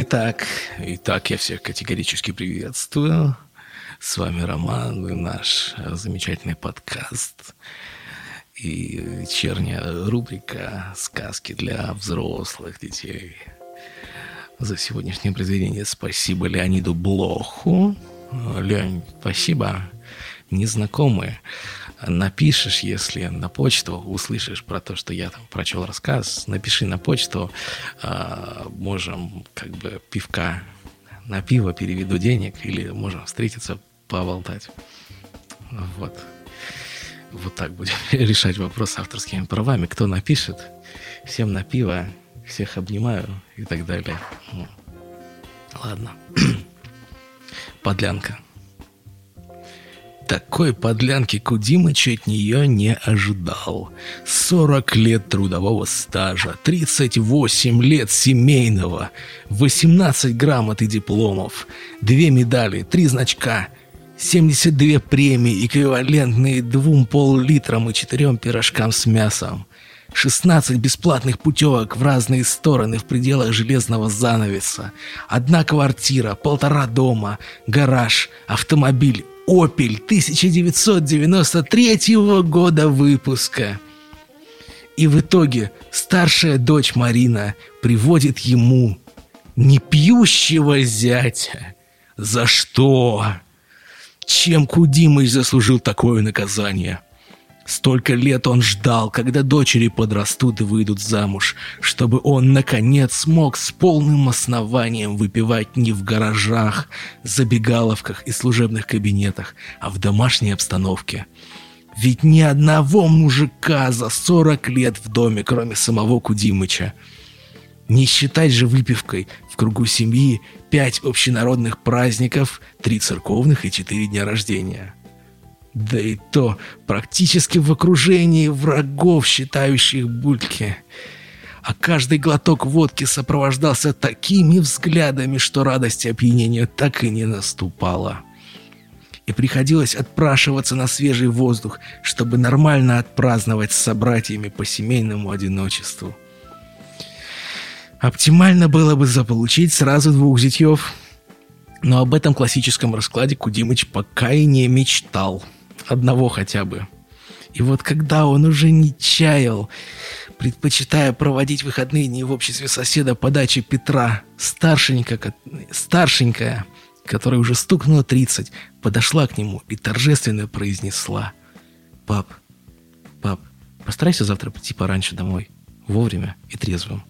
Итак, я всех категорически приветствую. С вами Роман и наш замечательный подкаст и вечерняя рубрика «Сказки для взрослых детей». За сегодняшнее произведение спасибо Леониду Блоху. Лень, спасибо. Незнакомые. Напишешь, если на почту услышишь про то, что я там прочел рассказ, напиши на почту, можем как бы пивка на пиво переведу денег, или можем встретиться, поболтать. Вот так будем решать вопрос с авторскими правами. Кто напишет, всем на пиво, всех обнимаю и так далее. Ладно. Подлянка. Такой подлянки Кудимыч от нее не ожидал. 40 лет трудового стажа, 38 лет семейного, 18 грамот и дипломов, 2 медали, 3 значка, 72 премии, эквивалентные 2 пол-литрам и 4 пирожкам с мясом, 16 бесплатных путевок в разные стороны в пределах железного занавеса, 1 квартира, 1,5 дома, гараж, автомобиль, «Опель» 1993 года выпуска. И в итоге старшая дочь Марина приводит ему непьющего зятя. За что? Чем Кудимыч заслужил такое наказание? Столько лет он ждал, когда дочери подрастут и выйдут замуж, чтобы он, наконец, смог с полным основанием выпивать не в гаражах, забегаловках и служебных кабинетах, а в домашней обстановке. Ведь ни одного мужика за 40 лет в доме, кроме самого Кудимыча. Не считать же выпивкой в кругу семьи 5 общенародных праздников, 3 церковных и 4 дня рождения. Да и то практически в окружении врагов, считающих бульки. А каждый глоток водки сопровождался такими взглядами, что радость и опьянение так и не наступало. И приходилось отпрашиваться на свежий воздух, чтобы нормально отпраздновать с собратьями по семейному одиночеству. Оптимально было бы заполучить сразу 2 зятьев. Но об этом классическом раскладе Кудимыч пока и не мечтал. Одного хотя бы. И вот когда он уже не чаял, предпочитая проводить выходные дни в обществе соседа по даче Петра, старшенькая, которая уже стукнула 30, подошла к нему и торжественно произнесла: «Пап, постарайся завтра прийти пораньше домой, вовремя и трезвым».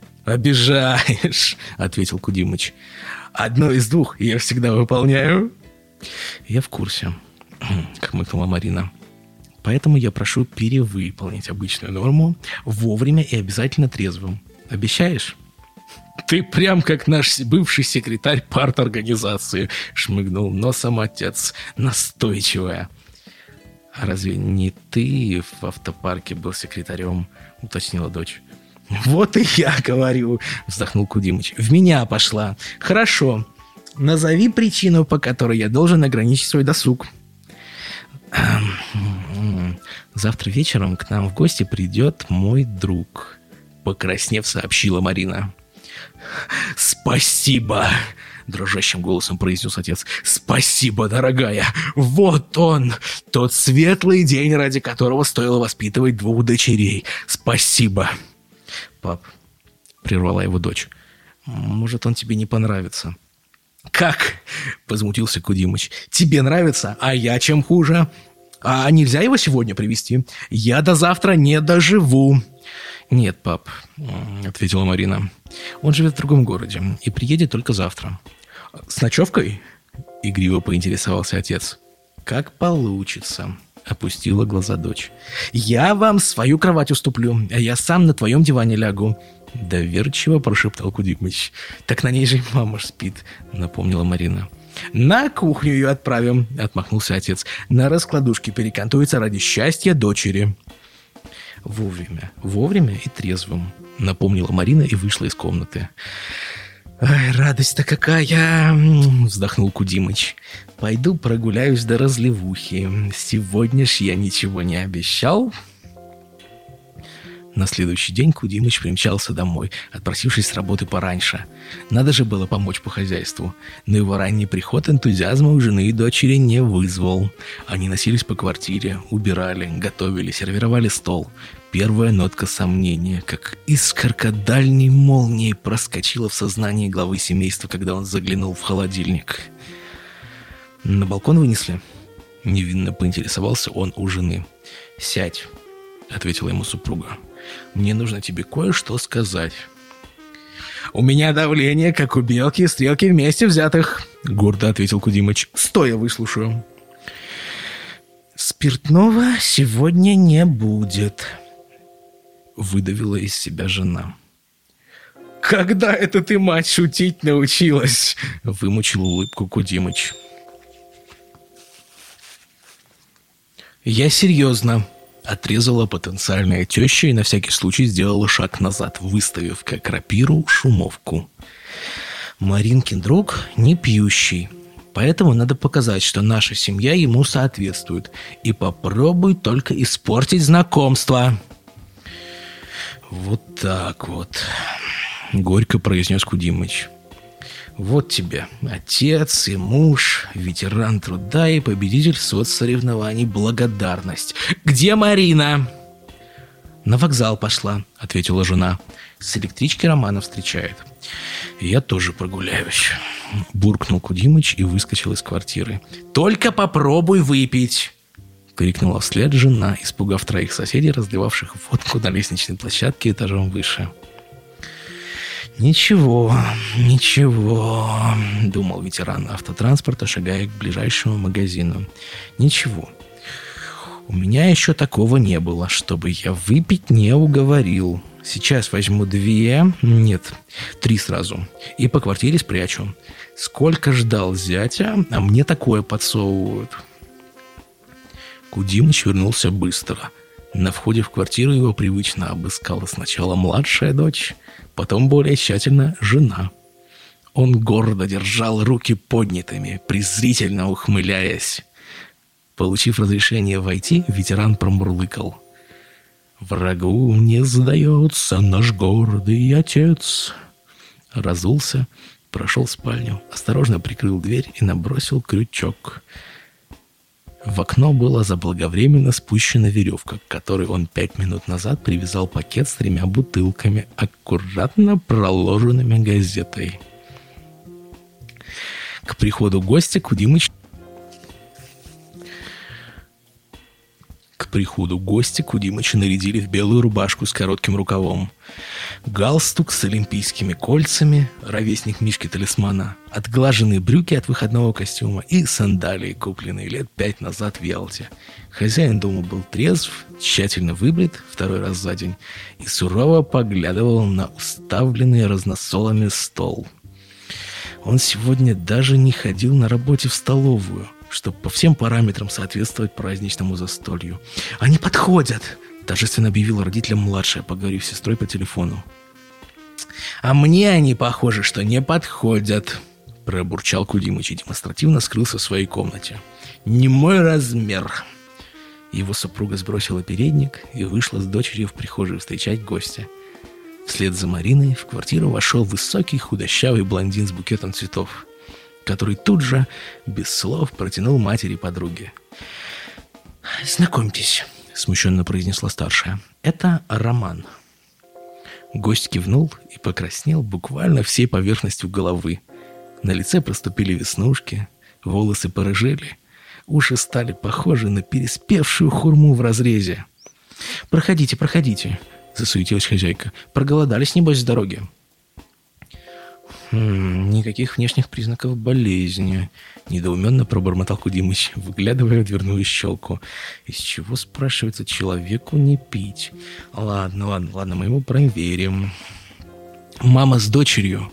«Обижаешь», — ответил Кудимыч. «Одно из 2 я всегда выполняю». «Я в курсе», — хмыкнула Марина. «Поэтому я прошу перевыполнить обычную норму вовремя и обязательно трезвым. Обещаешь?» «Ты прям как наш бывший секретарь парторганизации», — шмыгнул носом отец, настойчивая. «А разве не ты в автопарке был секретарем?» — уточнила дочь. «Вот и я говорю», — вздохнул Кудимыч. «В меня пошла. Хорошо. Назови причину, по которой я должен ограничить свой досуг». «Завтра вечером к нам в гости придет мой друг», — покраснев, сообщила Марина. «Спасибо», — дрожащим голосом произнес отец. «Спасибо, дорогая. Вот он, тот светлый день, ради которого стоило воспитывать 2 дочерей. Спасибо». «Пап», — прервала его дочь, — «может, он тебе не понравится». «Как?» — возмутился Кудимыч. «Тебе нравится, а я чем хуже? А нельзя его сегодня привезти? Я до завтра не доживу». «Нет, пап», — ответила Марина. «Он живет в другом городе и приедет только завтра». «С ночевкой?» — игриво поинтересовался отец. «Как получится», — опустила глаза дочь. «Я вам свою кровать уступлю, а я сам на твоем диване лягу», — доверчиво прошептал Кудимыч. «Так на ней же мама спит», — напомнила Марина. «На кухню ее отправим», — отмахнулся отец. «На раскладушке перекантуется ради счастья дочери». «Вовремя и трезвым», — напомнила Марина и вышла из комнаты. «Ай, радость-то какая!» — вздохнул Кудимыч. «Пойду прогуляюсь до разливухи. Сегодня ж я ничего не обещал». На следующий день Кудимыч примчался домой, отпросившись с работы пораньше. Надо же было помочь по хозяйству. Но его ранний приход энтузиазма у жены и дочери не вызвал. Они носились по квартире, убирали, готовили, сервировали стол. Первая нотка сомнения, как искорка дальней молнии, проскочила в сознании главы семейства, когда он заглянул в холодильник. «На балкон вынесли?» — невинно поинтересовался он у жены. «Сядь», — ответила ему супруга. «Мне нужно тебе кое-что сказать». «У меня давление, как у белки и стрелки вместе взятых», — гордо ответил Кудимыч. «Стоя выслушаю». «Спиртного сегодня не будет», — выдавила из себя жена. «Когда это ты, мать, шутить научилась?» — вымучил улыбку Кудимыч. «Я серьезно», — отрезала потенциальная теща и на всякий случай сделала шаг назад, выставив как рапиру шумовку. «Маринкин друг не пьющий, поэтому надо показать, что наша семья ему соответствует. И попробуй только испортить знакомство». «Вот так вот», — горько произнес Кудимыч. «Вот тебе отец и муж, ветеран труда и победитель соцсоревнований, благодарность. Где Марина?» «На вокзал пошла», — ответила жена. «С электрички Романа встречает». «Я тоже прогуляюсь», — буркнул Кудимыч и выскочил из квартиры. «Только попробуй выпить!» — крикнула вслед жена, испугав троих соседей, разливавших водку на лестничной площадке этажом выше. «Ничего, ничего», — думал ветеран автотранспорта, шагая к ближайшему магазину. «Ничего. У меня еще такого не было, чтобы я выпить не уговорил. Сейчас возьму 3 сразу, и по квартире спрячу. Сколько ждал зятя, а мне такое подсовывают». Кудимыч вернулся быстро. На входе в квартиру его привычно обыскала сначала младшая дочь, потом более тщательно жена. Он гордо держал руки поднятыми, презрительно ухмыляясь. Получив разрешение войти, ветеран промурлыкал: «Врагу не сдается наш гордый отец». Разулся, прошел в спальню, осторожно прикрыл дверь и набросил крючок. В окно была заблаговременно спущена веревка, к которой он 5 минут назад привязал пакет с 3 бутылками, аккуратно проложенными газетой. К приходу гостя Кудимыч нарядили в белую рубашку с коротким рукавом, галстук с олимпийскими кольцами, ровесник Мишки-талисмана, отглаженные брюки от выходного костюма и сандалии, купленные лет 5 назад в Ялте. Хозяин дома был трезв, тщательно выбрит 2 раз за день и сурово поглядывал на уставленный разносолами стол. Он сегодня даже не ходил на работе в столовую, чтобы по всем параметрам соответствовать праздничному застолью. «Они подходят!» — торжественно объявила родителям младшая, поговорив с сестрой по телефону. «А мне они, похоже, что не подходят!» — пробурчал Кудимыч и демонстративно скрылся в своей комнате. «Не мой размер!» Его супруга сбросила передник и вышла с дочерью в прихожую встречать гостя. Вслед за Мариной в квартиру вошел высокий худощавый блондин с букетом цветов, который тут же, без слов, протянул матери подруге. «Знакомьтесь», — смущенно произнесла старшая. «Это Роман». Гость кивнул и покраснел буквально всей поверхностью головы. На лице проступили веснушки, волосы порыжели, уши стали похожи на переспевшую хурму в разрезе. «Проходите, проходите», — засуетилась хозяйка. «Проголодались, небось, с дороги». «Никаких внешних признаков болезни», — недоуменно пробормотал Кудимыч, выглядывая в дверную щелку. «Из чего, спрашивается, человеку не пить? Ладно, мы ему проверим». Мама с дочерьми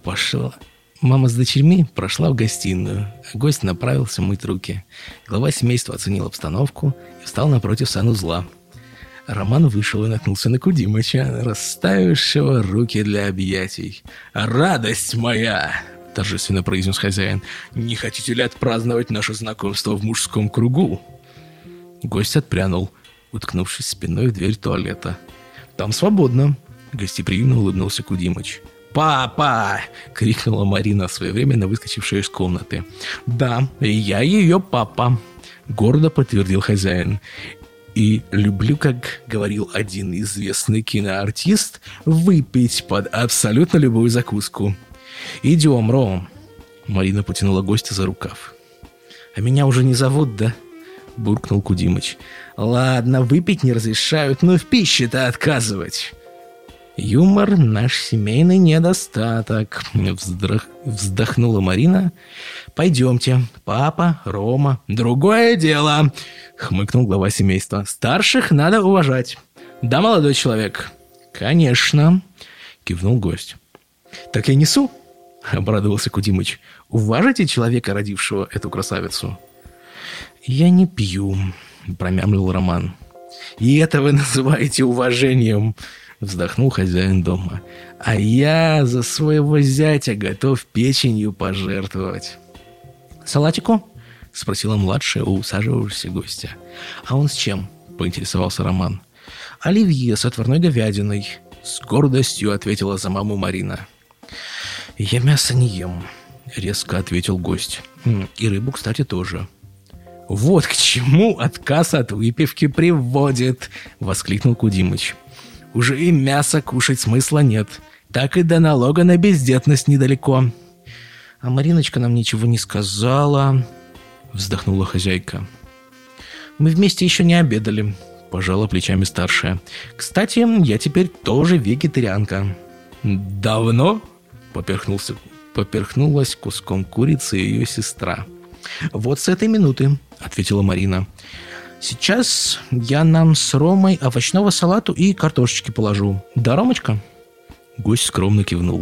прошла в гостиную, а гость направился мыть руки. Глава семейства оценил обстановку и встал напротив санузла. Роман вышел и наткнулся на Кудимыча, расставившего руки для объятий. «Радость моя!» — торжественно произнес хозяин. «Не хотите ли отпраздновать наше знакомство в мужском кругу?» Гость отпрянул, уткнувшись спиной в дверь туалета. Там свободно, гостеприимно улыбнулся Кудимыч. «Папа!» — крикнула Марина, своевременно выскочившая из комнаты. «Да, я ее папа», — гордо подтвердил хозяин. «И люблю, как говорил один известный киноартист, выпить под абсолютно любую закуску. Идем, Ром». Марина потянула гостя за рукав. «А меня уже не зовут, да?» — буркнул Кудимыч. «Ладно, выпить не разрешают, но в пище-то отказывать». «Юмор — наш семейный недостаток», — вздохнула Марина. «Пойдемте, папа, Рома». «Другое дело», — хмыкнул глава семейства. «Старших надо уважать». «Да, молодой человек?» «Конечно», — кивнул гость. «Так я несу», — обрадовался Кудимыч. «Уважите человека, родившего эту красавицу». «Я не пью», — промямлил Роман. «И это вы называете уважением?» — вздохнул хозяин дома. «А я за своего зятя готов печенью пожертвовать». «Салатику?» — спросила младшая у усаживавшегося гостя. «А он с чем?» — поинтересовался Роман. «Оливье с отварной говядиной», — с гордостью ответила за маму Марина. «Я мясо не ем», — резко ответил гость. «И рыбу, кстати, тоже». «Вот к чему отказ от выпивки приводит!» — воскликнул Кудимыч. «Уже и мясо кушать смысла нет. Так и до налога на бездетность недалеко». «А Мариночка нам ничего не сказала», — вздохнула хозяйка. «Мы вместе еще не обедали», — пожала плечами старшая. «Кстати, я теперь тоже вегетарианка». «Давно?» — поперхнулась куском курицы ее сестра. «Вот с этой минуты», — ответила Марина. «Сейчас я нам с Ромой овощного салату и картошечки положу. Да, Ромочка?» Гость скромно кивнул.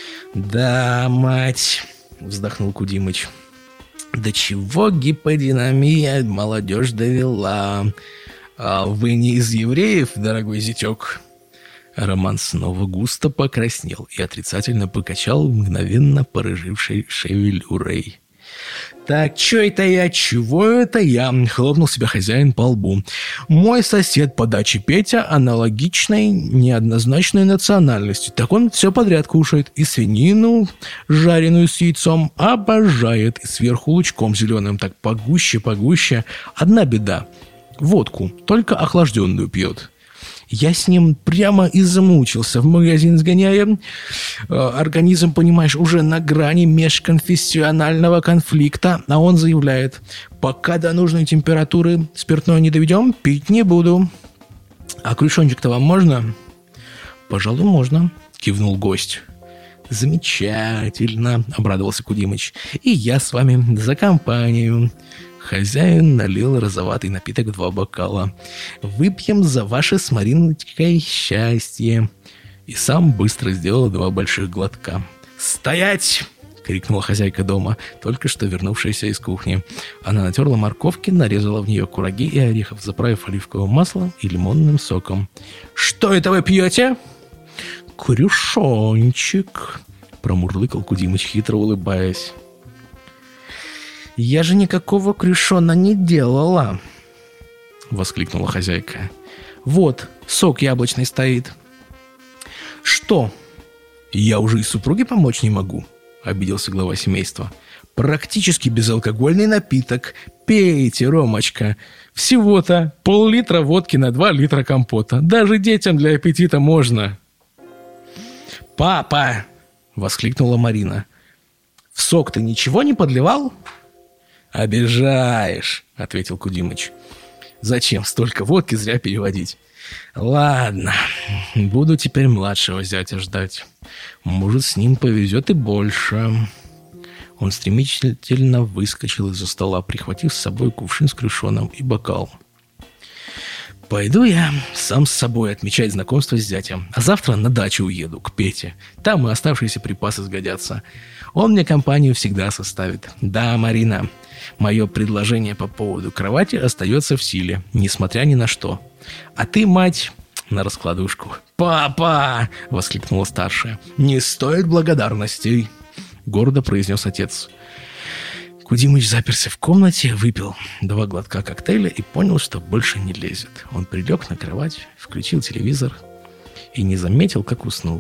«Да, мать», — вздохнул Кудимыч. «До чего гиподинамия молодежь довела? А вы не из евреев, дорогой зятек?» Роман снова густо покраснел и отрицательно покачал мгновенно порыжившей шевелюрой. «Так, чё это я? Чего это я?» — хлопнул себя хозяин по лбу. «Мой сосед по даче Петя аналогичной, неоднозначной национальности. Так он все подряд кушает. И свинину, жареную с яйцом, обожает. И сверху лучком зеленым. Так погуще. Одна беда. Водку, только охлажденную пьет. Я с ним прямо и замучился. В магазин сгоняя. Организм, понимаешь, уже на грани межконфессионального конфликта. А он заявляет: пока до нужной температуры спиртное не доведем, пить не буду. А крышончик-то вам можно?» «Пожалуй, можно», кивнул гость. «Замечательно», обрадовался Кудимыч. «И я с вами за компанию». Хозяин налил розоватый напиток в 2 бокала. «Выпьем за ваше с Мариночкой счастье». И сам быстро сделал 2 больших глотка. «Стоять!» — крикнула хозяйка дома, только что вернувшаяся из кухни. Она натерла морковки, нарезала в нее кураги и орехов, заправив оливковым маслом и лимонным соком. «Что это вы пьете?» «Крюшончик», — промурлыкал Кудимыч, хитро улыбаясь. «Я же никакого крюшона не делала!» — воскликнула хозяйка. «Вот, сок яблочный стоит». «Что? Я уже и супруге помочь не могу?» — обиделся глава семейства. «Практически безалкогольный напиток. Пейте, Ромочка. Всего-то пол-литра водки на 2 литра компота. Даже детям для аппетита можно». «Папа!» — воскликнула Марина. «В сок ты ничего не подливал?» «Обижаешь», — ответил Кудимыч. «Зачем столько водки зря переводить? Ладно, буду теперь младшего зятя ждать. Может, с ним повезет и больше». Он стремительно выскочил из-за стола, прихватив с собой кувшин с крюшоном и бокал. «Пойду я сам с собой отмечать знакомство с зятем, а завтра на дачу уеду, к Пете. Там и оставшиеся припасы сгодятся. Он мне компанию всегда составит. Да, Марина, мое предложение по поводу кровати остается в силе, несмотря ни на что. А ты, мать, на раскладушку». «Папа!» — воскликнула старшая. «Не стоит благодарностей», — гордо произнес отец. Кудимыч заперся в комнате, выпил 2 глотка коктейля и понял, что больше не лезет. Он прилег на кровать, включил телевизор. и не заметил, как уснул.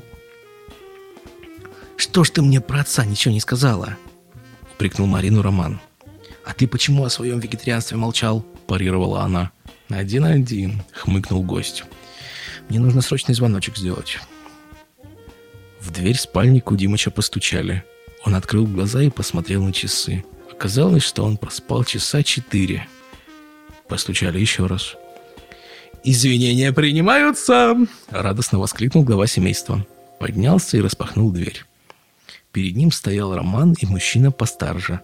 «Что ж ты мне про отца ничего не сказала?» — упрекнул Марину Роман. «А ты почему о своем вегетарианстве молчал?» — парировала она. «Один-один», — хмыкнул гость. «Мне нужно срочный звоночек сделать». В дверь спальни Кудимыча постучали. Он открыл глаза и посмотрел на часы. Оказалось, что он проспал часа 4. Постучали еще раз. «Извинения принимаются!» — радостно воскликнул глава семейства. Поднялся и распахнул дверь. Перед ним стоял Роман и мужчина постарше.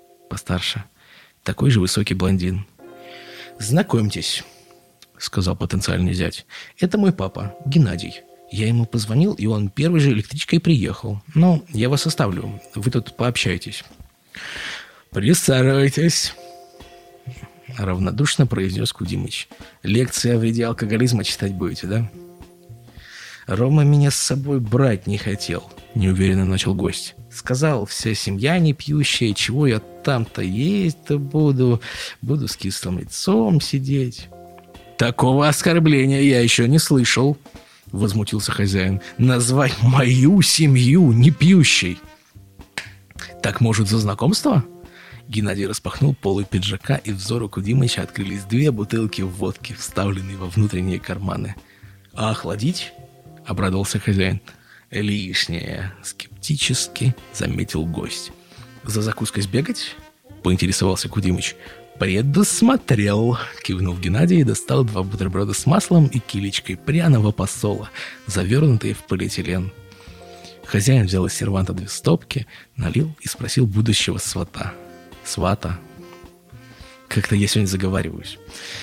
Такой же высокий блондин. «Знакомьтесь», — сказал потенциальный зять. «Это мой папа, Геннадий. Я ему позвонил, и он первой же электричкой приехал. Но я вас оставлю, вы тут пообщайтесь». «Присаживайтесь», — равнодушно произнес Кудимыч. «Лекции о вреде алкоголизма читать будете, да?» «Рома меня с собой брать не хотел», — неуверенно начал гость. «Сказал, вся семья не пьющая, чего я там-то есть-то буду с кислым лицом сидеть». «Такого оскорбления я еще не слышал», — возмутился хозяин. «Назвать мою семью не пьющей». «Так, может, за знакомство?» Геннадий распахнул полы пиджака, и взору Кудимыча открылись 2 бутылки водки, вставленные во внутренние карманы. «А охладить?» — обрадовался хозяин. «Лишнее», — скептически заметил гость. «За закуской сбегать?» — поинтересовался Кудимыч. «Предусмотрел», — кивнул Геннадий и достал 2 бутерброда с маслом и килечкой пряного посола, завернутые в полиэтилен. Хозяин взял из серванта 2 стопки, налил и спросил будущего свата. Как-то я сегодня заговариваюсь.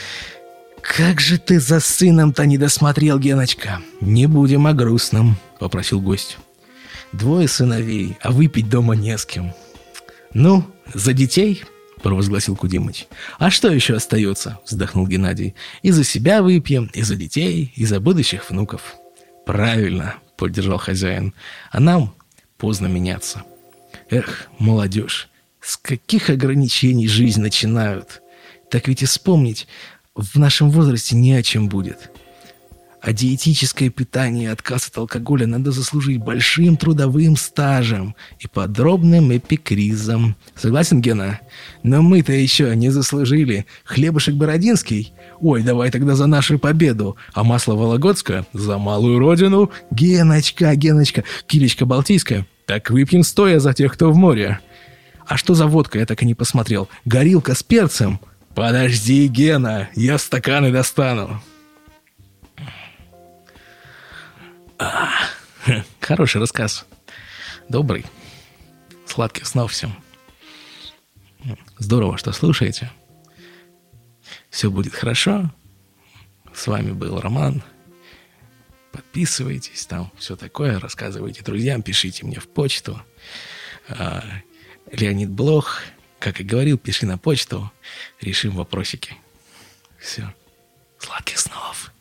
«Как же ты за сыном-то не досмотрел, Геночка? Не будем о грустном», — попросил гость. 2 сыновей, а выпить дома не с кем. «Ну, за детей?» — провозгласил Кудимыч. «А что еще остается?» — вздохнул Геннадий. «И за себя выпьем, и за детей, и за будущих внуков». «Правильно», — поддержал хозяин. «А нам поздно меняться». Эх, молодежь, с каких ограничений жизнь начинают? Так ведь и вспомнить в нашем возрасте не о чем будет. А диетическое питание и отказ от алкоголя надо заслужить большим трудовым стажем и подробным эпикризом. Согласен, Гена? Но мы-то еще не заслужили. Хлебушек Бородинский? Ой, давай тогда за нашу победу. А масло Вологодское? За малую родину? Геночка, килечка Балтийская? Так выпьем стоя за тех, кто в море. А что за водка, я так и не посмотрел. Горилка с перцем? Подожди, Гена, я стаканы достану. Хороший рассказ. Добрый. Сладких снов всем. Здорово, что слушаете. Все будет хорошо. С вами был Роман. Подписывайтесь, там все такое. Рассказывайте друзьям, пишите мне в почту. Леонид Блох, как и говорил, пиши на почту. Решим вопросики. Все. Сладких снов.